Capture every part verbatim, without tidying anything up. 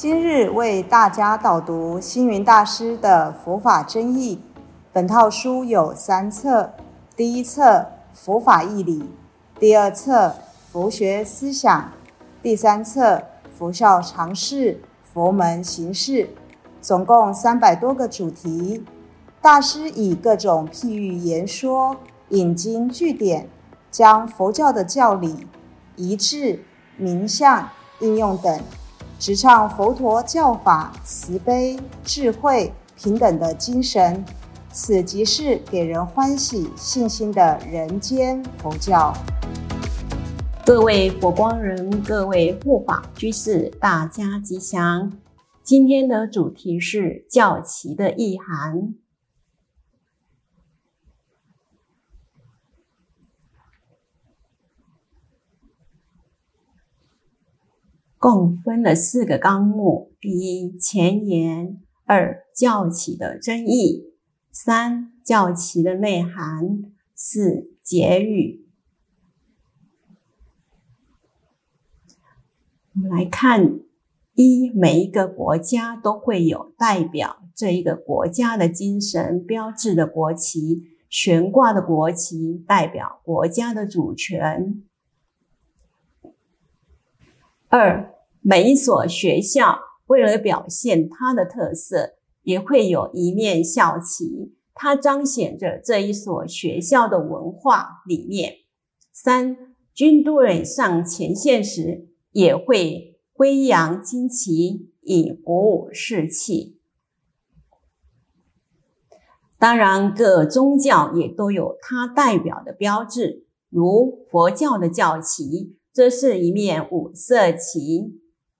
今日为大家导读星云大师的佛法真义。本套书有三册，第一册佛法义理，第二册佛学思想，第三册佛教常识、佛门行事，总共三百多个主题。大师以各种譬喻言说，引经据典，将佛教的教理、仪制、名相、应用等，直唱佛陀教法慈悲、智慧、平等的精神，此即是给人欢喜信心的人间佛教。 各位佛光人，各位护法居士，大家吉祥。今天的主题是教旗的意涵。共分了四个纲目：一、前言；二、教旗的真义；三、教旗的内涵；四、结语。我们来看，一、每一个国家都会有代表这一个国家的精神标志的国旗，悬挂的国旗代表国家的主权。二、每一所学校为了表现它的特色，也会有一面校旗，它彰显着这一所学校的文化理念。三、军队上前线时，也会挥扬旌旗，以鼓舞士气。当然，各宗教也都有它代表的标志，如佛教的教旗，这是一面五色旗。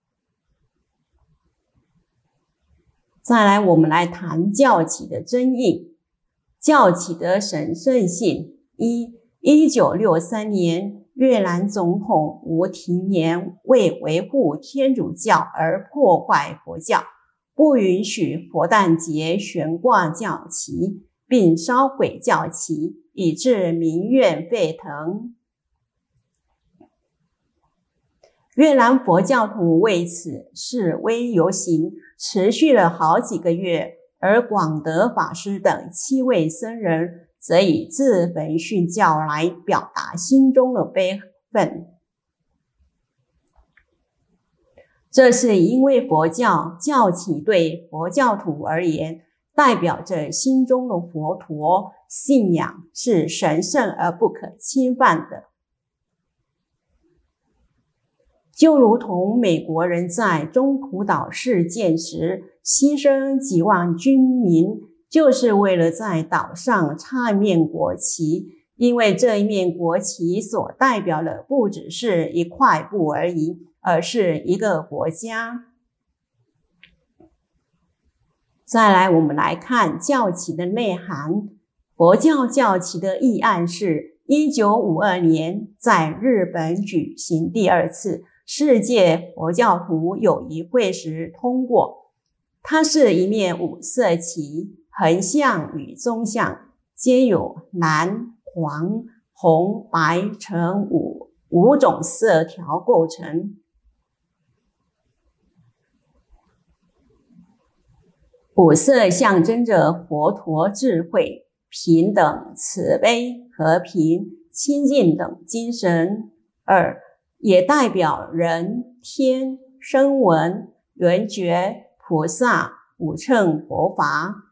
再来，我们来谈教旗的真义。教旗的神圣性。一、一九六三年，越南总统吴廷琰为维护天主教而破坏佛教，不允许佛诞节悬挂教旗，并烧毁教旗，以致民怨沸腾。越南佛教徒为此示威游行，持续了好几个月，而广德法师等七位僧人则以自焚殉教来表达心中的悲愤。这是因为佛教教旗对佛教徒而言，代表着心中的佛陀信仰是神圣而不可侵犯的。就如同美国人在中途岛事件时牺牲几万军民，就是为了在岛上插一面国旗，因为这一面国旗所代表的不只是一块布而已，而是一个国家。再来，我们来看教旗的内涵。佛教教旗的议案是一九五二年在日本举行第二次世界佛教徒友谊会时通过。它是一面五色旗，横向与纵向皆有蓝、黄、红、白、橙五五种色条构成。五色象征着佛陀智慧、平等、慈悲、和平、清净等精神。二、也代表人、天、声闻、缘觉、菩萨、五乘佛法。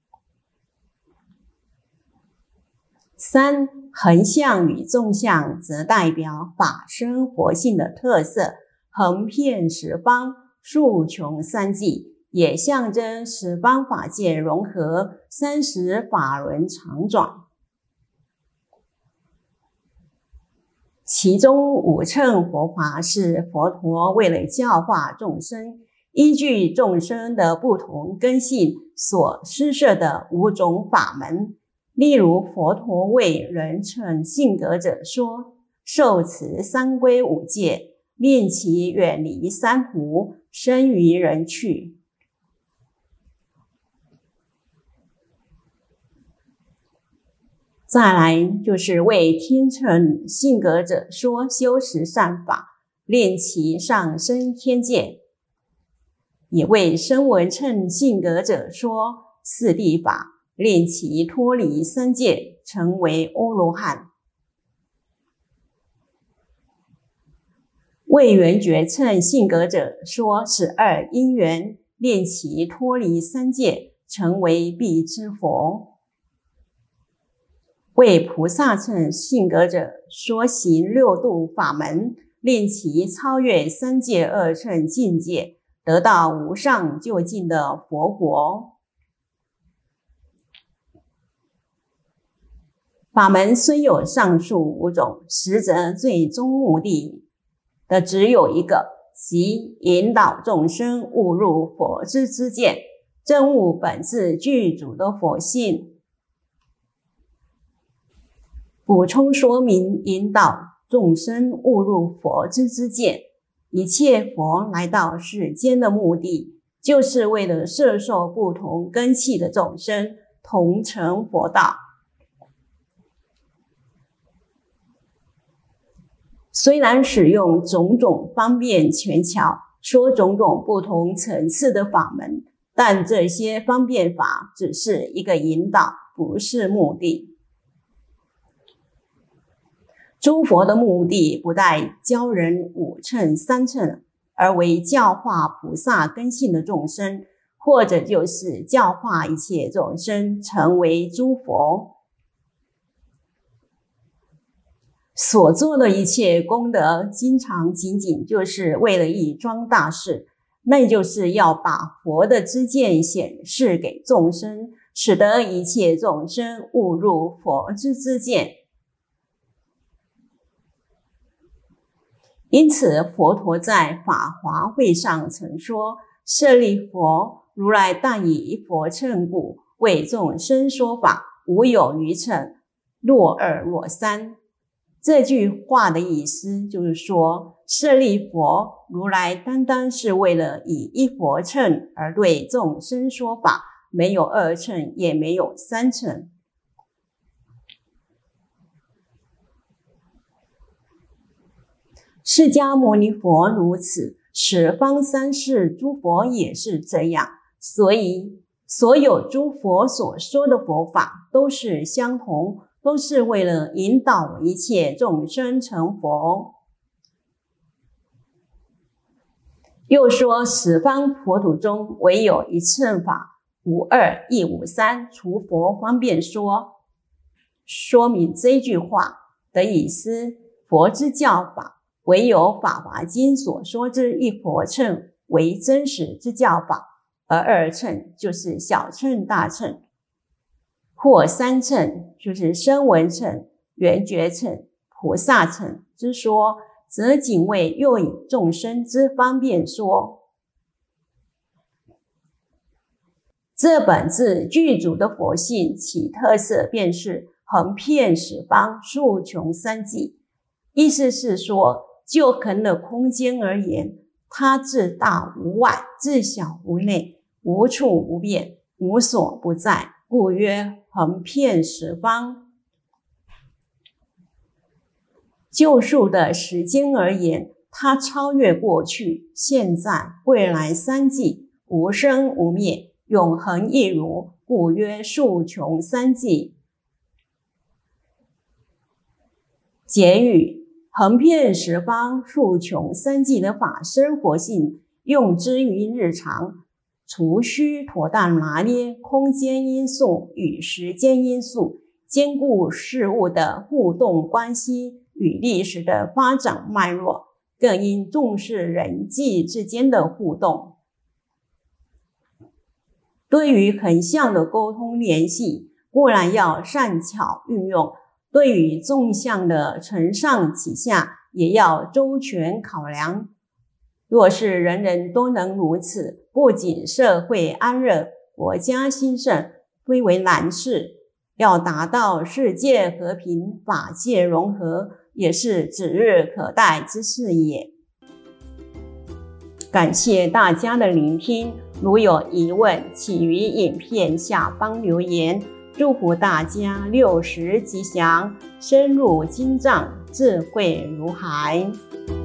三、横向与纵向则代表法身佛性的特色，横遍十方，竖穷三际，也象征十方法界融合，三十法轮常转。其中五乘佛法是佛陀为了教化众生，依据众生的不同根性所施设的五种法门。例如，佛陀为人乘性格者说，受持三归五戒，令其远离三毒，生于人趣。再来就是为天乘性格者说修持善法，令其上升天界， 也为声闻乘性格者说四谛法，令其脱离三界，成为阿罗汉。为缘觉乘性格者说十二因缘，令其脱离三界，成为必之佛。为菩萨乘性格者说行六度法门，令其超越三界二乘境界，得到无上究竟的佛国。法门虽有上述五种，实则最终目的的只有一个，即引导众生悟入佛之知见，证悟本自具足的佛性。补充说明引导众生悟入佛之知见，一切佛来到世间的目的，就是为了摄受不同根器的众生，同成佛道。虽然使用种种方便权巧，说种种不同层次的法门，但这些方便法只是一个引导，不是目的。诸佛的目的不在教人五乘三乘，而为教化菩萨根性的众生，或者就是教化一切众生成为诸佛。所做的一切功德，经常仅仅就是为了一桩大事，那就是要把佛的知见显示给众生，使得一切众生悟入佛之知见。因此，佛陀在法华会上曾说：“舍利弗，如来但以一佛乘故，为众生说法，无有余乘，若二若三。”这句话的意思就是说，舍利弗，如来单单是为了以一佛乘而对众生说法，没有二乘，也没有三乘。释迦牟尼佛如此，十方三世诸佛也是这样，所以所有诸佛所说的佛法都是相同，都是为了引导一切众生成佛。又说十方佛土中唯有一乘法，无二亦无三，除佛方便说。说明这句话的意思，佛之教法唯有《法华经》所说之一佛乘为真实之教法，而二乘就是小乘大乘，或三乘就是声闻乘、缘觉乘、菩萨乘之说，则仅为诱引众生之方便说。这本自具足的佛性，其特色便是横遍十方，数穷三际。意思是说，就恒的空间而言，它自大无外，自小无内，无处无边，无所不在，故曰横遍十方。就数的时间而言，它超越过去、现在、未来三际，无生无灭，永恒一如，故曰数穷三际。结语：横遍十方，数穷三际的法身佛性，用之于日常，除需妥当拿捏空间因素与时间因素，兼顾事物的互动关系与历史的发展脉络，更应重视人际之间的互动。对于横向的沟通联系，固然要善巧运用，对于纵向的承上启下，也要周全考量。若是人人都能如此，不仅社会安乐，国家兴盛，非为难事。要达到世界和平、法界融合，也是指日可待之事也。感谢大家的聆听，如有疑问，请于影片下方留言。祝福大家六十吉祥，深入经藏，智慧如海。